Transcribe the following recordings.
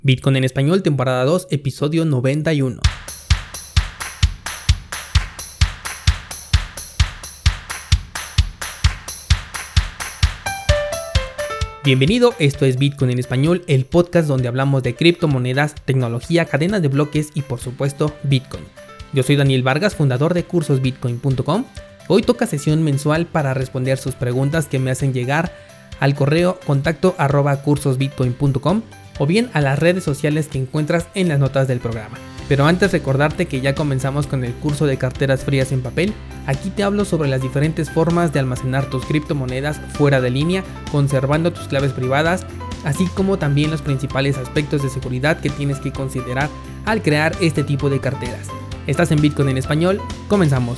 Bitcoin en español, temporada 2, episodio 91. Bienvenido, esto es Bitcoin en español, el podcast donde hablamos de criptomonedas, tecnología, cadenas de bloques y por supuesto Bitcoin. Yo soy Daniel Vargas, fundador de cursosbitcoin.com. Hoy toca sesión mensual para responder sus preguntas que me hacen llegar al correo contacto@cursosbitcoin.com o bien a las redes sociales que encuentras en las notas del programa. Pero antes recordarte que ya comenzamos con el curso de carteras frías en papel. Aquí te hablo sobre las diferentes formas de almacenar tus criptomonedas fuera de línea, conservando tus claves privadas, así como también los principales aspectos de seguridad que tienes que considerar al crear este tipo de carteras. Estás en Bitcoin en español, comenzamos.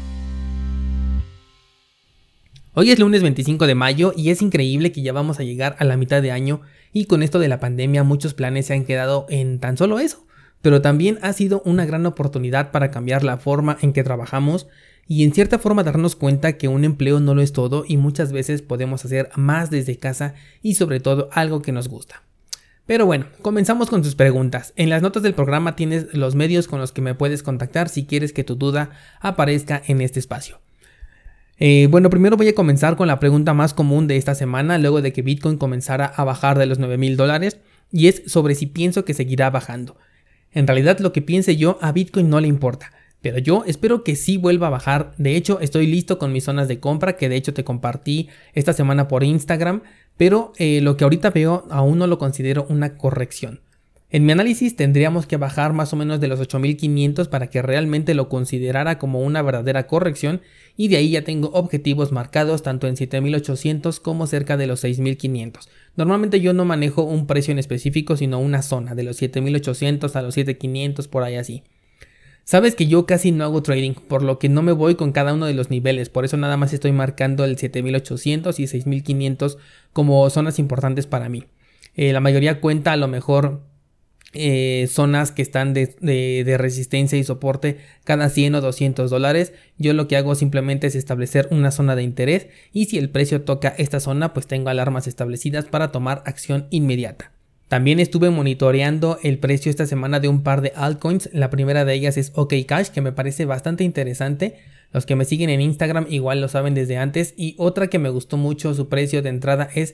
Hoy es lunes 25 de mayo y es increíble que ya vamos a llegar a la mitad de año y con esto de la pandemia muchos planes se han quedado en tan solo eso, pero también ha sido una gran oportunidad para cambiar la forma en que trabajamos y en cierta forma darnos cuenta que un empleo no lo es todo y muchas veces podemos hacer más desde casa y sobre todo algo que nos gusta. Pero bueno, comenzamos con tus preguntas. En las notas del programa tienes los medios con los que me puedes contactar si quieres que tu duda aparezca en este espacio. Primero voy a comenzar con la pregunta más común de esta semana luego de que Bitcoin comenzara a bajar de los $9,000 y es sobre si pienso que seguirá bajando. En realidad lo que piense yo a Bitcoin no le importa, pero yo espero que sí vuelva a bajar. De hecho estoy listo con mis zonas de compra que de hecho te compartí esta semana por Instagram, pero lo que ahorita veo aún no lo considero una corrección. En mi análisis tendríamos que bajar más o menos de los 8,500 para que realmente lo considerara como una verdadera corrección y de ahí ya tengo objetivos marcados tanto en 7,800 como cerca de los 6,500. Normalmente yo no manejo un precio en específico sino una zona de los 7,800 a los 7,500 por ahí así. Sabes que yo casi no hago trading, por lo que no me voy con cada uno de los niveles, por eso nada más estoy marcando el 7,800 y 6,500 como zonas importantes para mí. La mayoría cuenta a lo mejor zonas que están de resistencia y soporte cada 100 o $200. Yo lo que hago simplemente es establecer una zona de interés y si el precio toca esta zona pues tengo alarmas establecidas para tomar acción inmediata. También estuve monitoreando el precio esta semana de un par de altcoins. La primera de ellas es OKCash, que me parece bastante interesante. Los que me siguen en Instagram igual lo saben desde antes. Y otra que me gustó mucho su precio de entrada es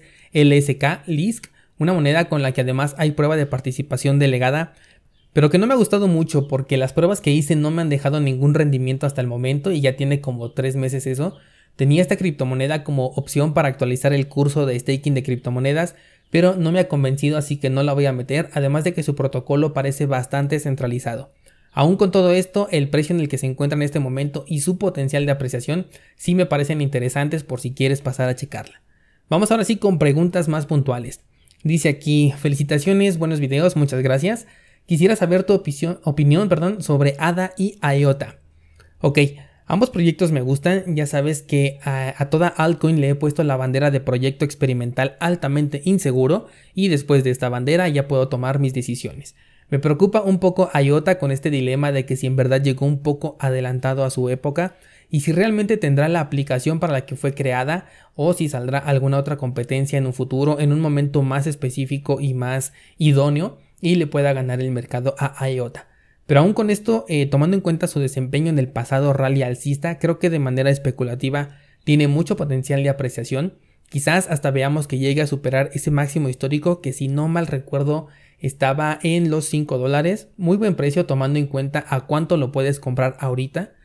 LSK, una moneda con la que además hay prueba de participación delegada, pero que no me ha gustado mucho porque las pruebas que hice no me han dejado ningún rendimiento hasta el momento y ya tiene como 3 meses eso. Tenía esta criptomoneda como opción para actualizar el curso de staking de criptomonedas, pero no me ha convencido así que no la voy a meter, además de que su protocolo parece bastante centralizado. Aún con todo esto, el precio en el que se encuentra en este momento y su potencial de apreciación sí me parecen interesantes por si quieres pasar a checarla. Vamos ahora sí con preguntas más puntuales. Dice aquí, felicitaciones, buenos videos, muchas gracias. Quisiera saber tu opinión sobre ADA y IOTA. Ok, ambos proyectos me gustan, ya sabes que a toda altcoin le he puesto la bandera de proyecto experimental altamente inseguro y después de esta bandera ya puedo tomar mis decisiones. Me preocupa un poco IOTA con este dilema de que si en verdad llegó un poco adelantado a su época y si realmente tendrá la aplicación para la que fue creada o si saldrá alguna otra competencia en un futuro en un momento más específico y más idóneo y le pueda ganar el mercado a IOTA. Pero aún con esto, tomando en cuenta su desempeño en el pasado rally alcista, creo que de manera especulativa tiene mucho potencial de apreciación. Quizás hasta veamos que llegue a superar ese máximo histórico que si no mal recuerdo estaba en los $5. Muy buen precio tomando en cuenta a cuánto lo puedes comprar ahorita.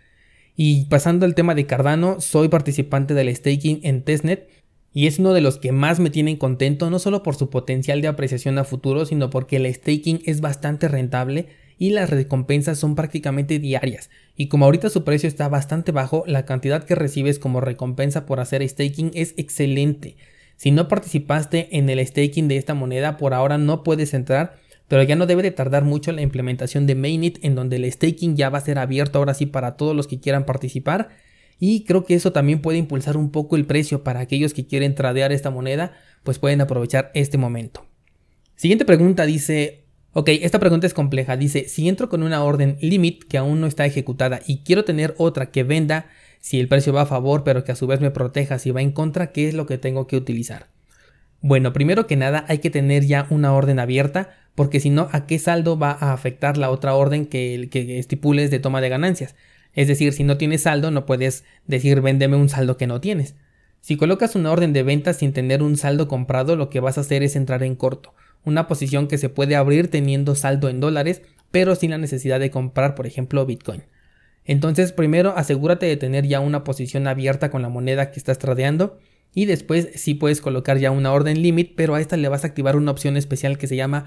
Y pasando al tema de Cardano, soy participante del staking en Testnet y es uno de los que más me tienen contento, no solo por su potencial de apreciación a futuro, sino porque el staking es bastante rentable y las recompensas son prácticamente diarias. Y como ahorita su precio está bastante bajo, la cantidad que recibes como recompensa por hacer staking es excelente. Si no participaste en el staking de esta moneda, por ahora no puedes entrar, pero ya no debe de tardar mucho la implementación de Mainnet, en donde el staking ya va a ser abierto ahora sí para todos los que quieran participar. Y creo que eso también puede impulsar un poco el precio para aquellos que quieren tradear esta moneda, pues pueden aprovechar este momento. Siguiente pregunta dice, esta pregunta es compleja, dice, si entro con una orden limit que aún no está ejecutada y quiero tener otra que venda, si el precio va a favor pero que a su vez me proteja si va en contra, ¿qué es lo que tengo que utilizar? Bueno, primero que nada hay que tener ya una orden abierta, porque si no, ¿a qué saldo va a afectar la otra orden que estipules de toma de ganancias? Es decir, si no tienes saldo, no puedes decir véndeme un saldo que no tienes. Si colocas una orden de venta sin tener un saldo comprado, lo que vas a hacer es entrar en corto, una posición que se puede abrir teniendo saldo en dólares, pero sin la necesidad de comprar, por ejemplo, Bitcoin. Entonces, primero asegúrate de tener ya una posición abierta con la moneda que estás tradeando, y después sí puedes colocar ya una orden limit, pero a esta le vas a activar una opción especial que se llama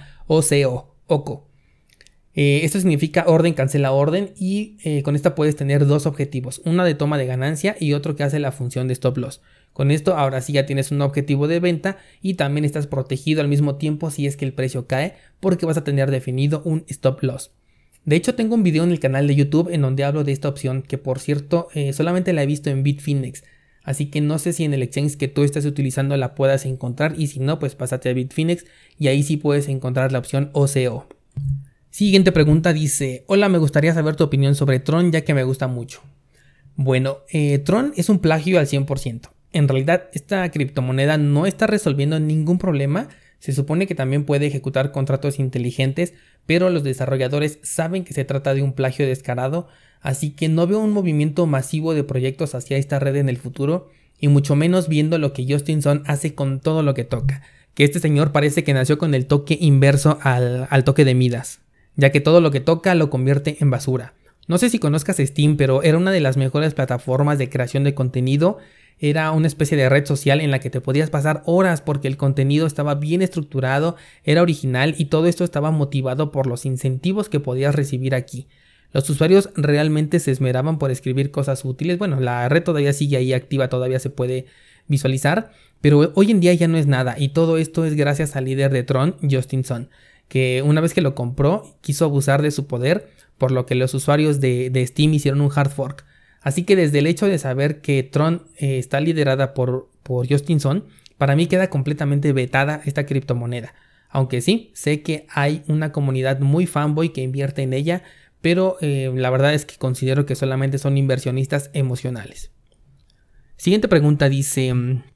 OCO. Esto significa orden cancela orden, y con esta puedes tener dos objetivos, una de toma de ganancia y otro que hace la función de stop loss. Con esto ahora sí ya tienes un objetivo de venta y también estás protegido al mismo tiempo si es que el precio cae, porque vas a tener definido un stop loss. De hecho, tengo un video en el canal de YouTube en donde hablo de esta opción, que por cierto solamente la he visto en Bitfinex, así que no sé si en el exchange que tú estás utilizando la puedas encontrar, y si no, pues pásate a Bitfinex y ahí sí puedes encontrar la opción OCO. Siguiente pregunta dice: hola, me gustaría saber tu opinión sobre Tron, ya que me gusta mucho. Bueno, Tron es un plagio al 100%. En realidad, esta criptomoneda no está resolviendo ningún problema. Se supone que también puede ejecutar contratos inteligentes, pero los desarrolladores saben que se trata de un plagio descarado, así que no veo un movimiento masivo de proyectos hacia esta red en el futuro, y mucho menos viendo lo que Justin Sun hace con todo lo que toca, que este señor parece que nació con el toque inverso al toque de Midas, ya que todo lo que toca lo convierte en basura. No sé si conozcas Steam, pero era una de las mejores plataformas de creación de contenido. Era una especie de red social en la que te podías pasar horas porque el contenido estaba bien estructurado, era original y todo esto estaba motivado por los incentivos que podías recibir aquí. Los usuarios realmente se esmeraban por escribir cosas útiles. Bueno, la red todavía sigue ahí activa, todavía se puede visualizar, pero hoy en día ya no es nada, y todo esto es gracias al líder de Tron, Justin Sun, que una vez que lo compró quiso abusar de su poder, por lo que los usuarios de Steam hicieron un hard fork. Así que desde el hecho de saber que Tron está liderada por Justin Sun, para mí queda completamente vetada esta criptomoneda. Aunque sí, sé que hay una comunidad muy fanboy que invierte en ella, pero la verdad es que considero que solamente son inversionistas emocionales. Siguiente pregunta dice: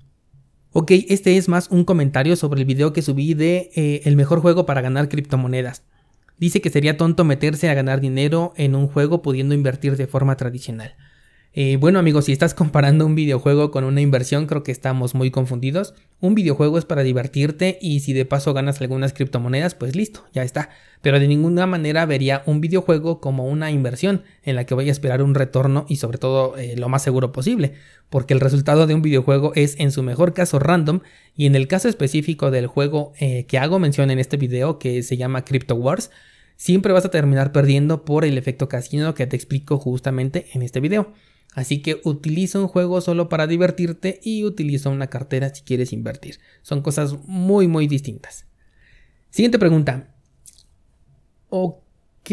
ok, este es más un comentario sobre el video que subí de el mejor juego para ganar criptomonedas. Dice que sería tonto meterse a ganar dinero en un juego pudiendo invertir de forma tradicional. Bueno amigos, si estás comparando un videojuego con una inversión, creo que estamos muy confundidos. Un videojuego es para divertirte, y si de paso ganas algunas criptomonedas, pues listo, ya está. Pero de ninguna manera vería un videojuego como una inversión en la que voy a esperar un retorno, y sobre todo lo más seguro posible, porque el resultado de un videojuego es en su mejor caso random, y en el caso específico del juego que hago mención en este video, que se llama Crypto Wars, siempre vas a terminar perdiendo por el efecto casino que te explico justamente en este video. Así que utiliza un juego solo para divertirte y utiliza una cartera si quieres invertir. Son cosas muy muy distintas. Siguiente pregunta. Ok.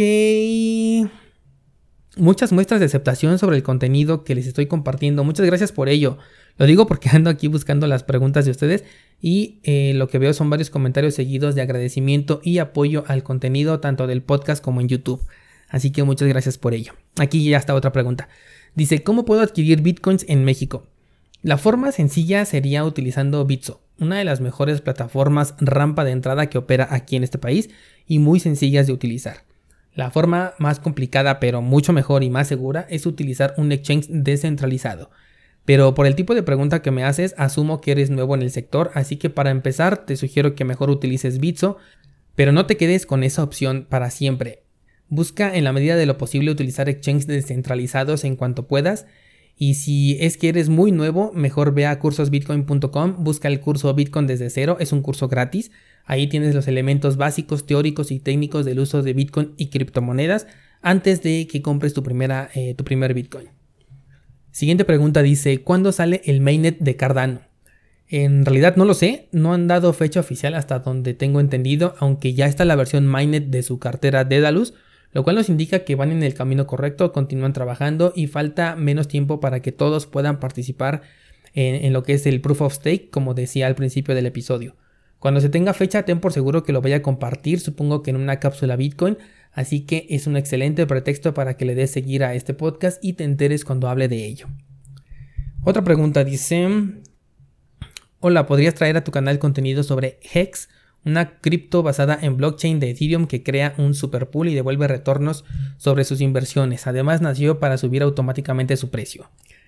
Muchas muestras de aceptación sobre el contenido que les estoy compartiendo. Muchas gracias por ello. Lo digo porque ando aquí buscando las preguntas de ustedes y lo que veo son varios comentarios seguidos de agradecimiento y apoyo al contenido tanto del podcast como en YouTube. Así que muchas gracias por ello. Aquí ya está otra pregunta. Dice: ¿cómo puedo adquirir bitcoins en México? La forma sencilla sería utilizando Bitso, una de las mejores plataformas rampa de entrada que opera aquí en este país y muy sencillas de utilizar. La forma más complicada, pero mucho mejor y más segura, es utilizar un exchange descentralizado. Pero por el tipo de pregunta que me haces, asumo que eres nuevo en el sector, así que para empezar te sugiero que mejor utilices Bitso, pero no te quedes con esa opción para siempre. Busca en la medida de lo posible utilizar exchanges descentralizados en cuanto puedas, y si es que eres muy nuevo, mejor ve a cursosbitcoin.com, busca el curso Bitcoin desde cero, es un curso gratis. Ahí tienes los elementos básicos, teóricos y técnicos del uso de Bitcoin y criptomonedas antes de que compres tu primer Bitcoin. Siguiente pregunta dice: ¿cuándo sale el mainnet de Cardano? En realidad no lo sé, no han dado fecha oficial hasta donde tengo entendido, aunque ya está la versión mainnet de su cartera Daedalus, lo cual nos indica que van en el camino correcto, continúan trabajando y falta menos tiempo para que todos puedan participar en lo que es el Proof of Stake, como decía al principio del episodio. Cuando se tenga fecha, ten por seguro que lo voy a compartir, supongo que en una cápsula Bitcoin, así que es un excelente pretexto para que le des seguir a este podcast y te enteres cuando hable de ello. Otra pregunta dice: Hola, ¿podrías traer a tu canal contenido sobre Hex, una cripto basada en blockchain de Ethereum que crea un superpool y devuelve retornos sobre sus inversiones? Además, nació para subir automáticamente su precio.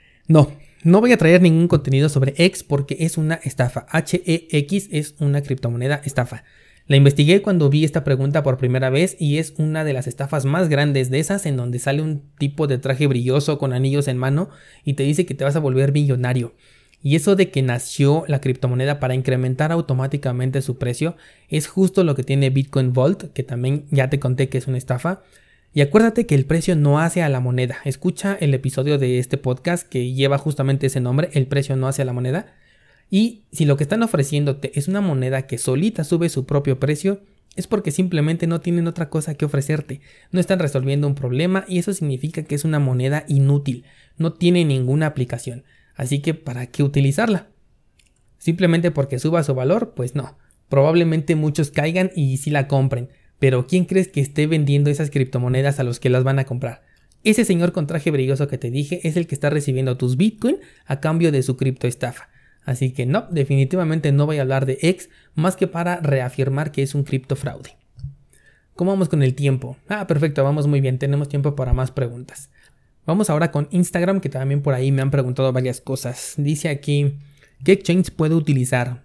No voy a traer ningún contenido sobre Hex porque es una estafa. HEX es una criptomoneda estafa. La investigué cuando vi esta pregunta por primera vez y es una de las estafas más grandes, de esas en donde sale un tipo de traje brilloso con anillos en mano y te dice que te vas a volver millonario. Y eso de que nació la criptomoneda para incrementar automáticamente su precio es justo lo que tiene Bitcoin Vault, que también ya te conté que es una estafa. Y acuérdate que el precio no hace a la moneda. Escucha el episodio de este podcast que lleva justamente ese nombre, el precio no hace a la moneda. Y si lo que están ofreciéndote es una moneda que solita sube su propio precio, es porque simplemente no tienen otra cosa que ofrecerte. No están resolviendo un problema y eso significa que es una moneda inútil. No tiene ninguna aplicación. Así que ¿para qué utilizarla? ¿Simplemente porque suba su valor? Pues no. Probablemente muchos caigan y sí la compren. Pero ¿quién crees que esté vendiendo esas criptomonedas a los que las van a comprar? Ese señor con traje brilloso que te dije es el que está recibiendo tus Bitcoin a cambio de su criptoestafa. Así que no, definitivamente no voy a hablar de Hex más que para reafirmar que es un criptofraude. ¿Cómo vamos con el tiempo? Perfecto, vamos muy bien, tenemos tiempo para más preguntas. Vamos ahora con Instagram, que también por ahí me han preguntado varias cosas. Dice aquí, ¿qué exchange puedo utilizar?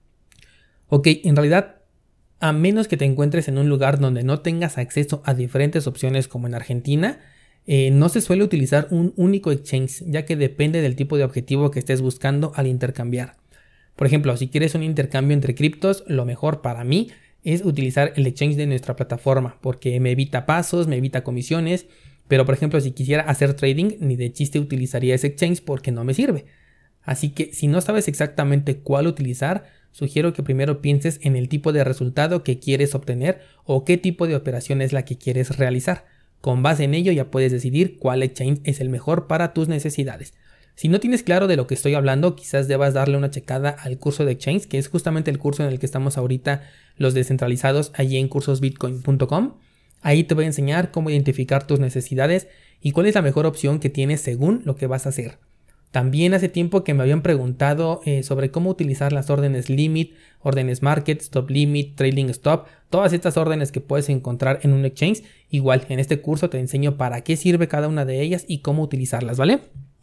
Ok, en realidad, a menos que te encuentres en un lugar donde no tengas acceso a diferentes opciones como en Argentina, no se suele utilizar un único exchange, ya que depende del tipo de objetivo que estés buscando al intercambiar. Por ejemplo, si quieres un intercambio entre criptos, lo mejor para mí es utilizar el exchange de nuestra plataforma, porque me evita pasos, me evita comisiones. Pero por ejemplo, si quisiera hacer trading, ni de chiste utilizaría ese exchange porque no me sirve. Así que si no sabes exactamente cuál utilizar, sugiero que primero pienses en el tipo de resultado que quieres obtener o qué tipo de operación es la que quieres realizar. Con base en ello ya puedes decidir cuál exchange es el mejor para tus necesidades. Si no tienes claro de lo que estoy hablando, quizás debas darle una checada al curso de exchange, que es justamente el curso en el que estamos ahorita los descentralizados allí en cursosbitcoin.com. Ahí te voy a enseñar cómo identificar tus necesidades y cuál es la mejor opción que tienes según lo que vas a hacer. También hace tiempo que me habían preguntado sobre cómo utilizar las órdenes limit, órdenes market, stop limit, trailing stop, todas estas órdenes que puedes encontrar en un exchange. Igual en este curso te enseño para qué sirve cada una de ellas y cómo utilizarlas, ¿vale?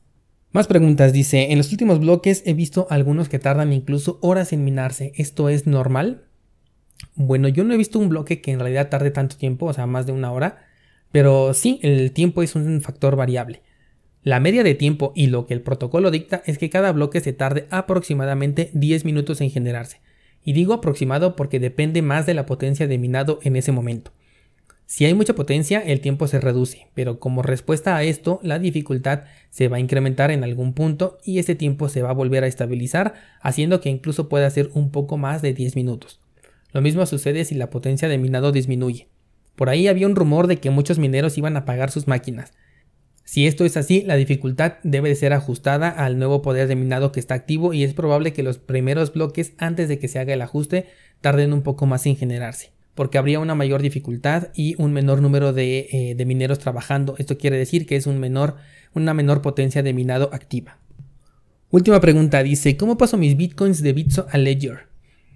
Más preguntas, dice, en los últimos bloques he visto algunos que tardan incluso horas en minarse, ¿esto es normal? Bueno, yo no he visto un bloque que en realidad tarde tanto tiempo, o sea, más de una hora, pero sí, el tiempo es un factor variable. La media de tiempo y lo que el protocolo dicta es que cada bloque se tarde aproximadamente 10 minutos en generarse. Y digo aproximado porque depende más de la potencia de minado en ese momento. Si hay mucha potencia, el tiempo se reduce, pero como respuesta a esto, la dificultad se va a incrementar en algún punto y ese tiempo se va a volver a estabilizar, haciendo que incluso pueda ser un poco más de 10 minutos. Lo mismo sucede si la potencia de minado disminuye. Por ahí había un rumor de que muchos mineros iban a apagar sus máquinas. Si esto es así, la dificultad debe de ser ajustada al nuevo poder de minado que está activo y es probable que los primeros bloques antes de que se haga el ajuste tarden un poco más en generarse, porque habría una mayor dificultad y un menor número de mineros trabajando. Esto quiere decir que es una menor potencia de minado activa. Última pregunta, dice, ¿cómo paso mis bitcoins de Bitso a Ledger?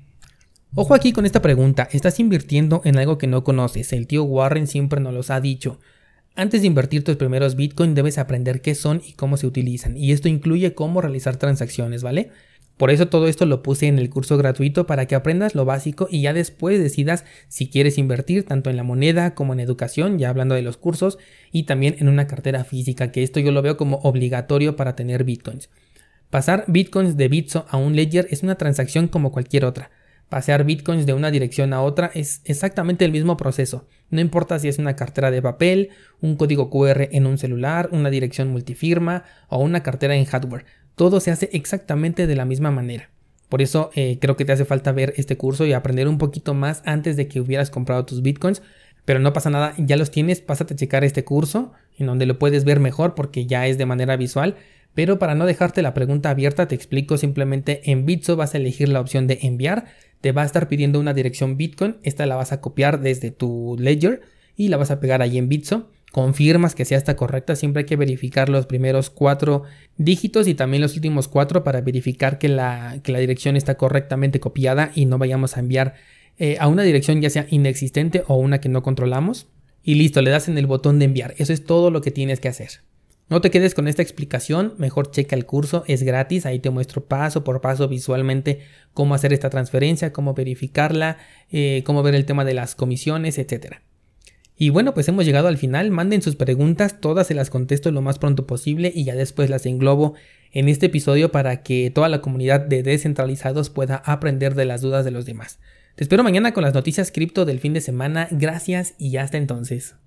Ojo aquí con esta pregunta, estás invirtiendo en algo que no conoces, el tío Warren siempre nos los ha dicho. Antes de invertir tus primeros Bitcoin debes aprender qué son y cómo se utilizan, y esto incluye cómo realizar transacciones, ¿vale? Por eso todo esto lo puse en el curso gratuito para que aprendas lo básico y ya después decidas si quieres invertir tanto en la moneda como en educación, ya hablando de los cursos, y también en una cartera física, que esto yo lo veo como obligatorio para tener Bitcoins. Pasar Bitcoins de Bitso a un Ledger es una transacción como cualquier otra. Pasear bitcoins de una dirección a otra es exactamente el mismo proceso. No importa si es una cartera de papel, un código QR en un celular, una dirección multifirma o una cartera en hardware. Todo se hace exactamente de la misma manera. Por eso creo que te hace falta ver este curso y aprender un poquito más antes de que hubieras comprado tus bitcoins. Pero no pasa nada, ya los tienes, pásate a checar este curso en donde lo puedes ver mejor porque ya es de manera visual. Pero para no dejarte la pregunta abierta te explico simplemente en Bitso vas a elegir la opción de enviar. Te va a estar pidiendo una dirección Bitcoin, esta la vas a copiar desde tu Ledger y la vas a pegar ahí en Bitso. confirmas que sea esta correcta. Siempre hay que verificar los primeros 4 dígitos y también los últimos 4 para verificar que la dirección está correctamente copiada y no vayamos a enviar a una dirección ya sea inexistente o una que no controlamos. Y listo, le das en el botón de enviar. Eso es todo lo que tienes que hacer. No te quedes con esta explicación, mejor checa el curso, es gratis, ahí te muestro paso por paso visualmente cómo hacer esta transferencia, cómo verificarla, cómo ver el tema de las comisiones, etc. Y bueno, pues hemos llegado al final. Manden sus preguntas, todas se las contesto lo más pronto posible y ya después las englobo en este episodio para que toda la comunidad de descentralizados pueda aprender de las dudas de los demás. Te espero mañana con las noticias cripto del fin de semana. Gracias y hasta entonces.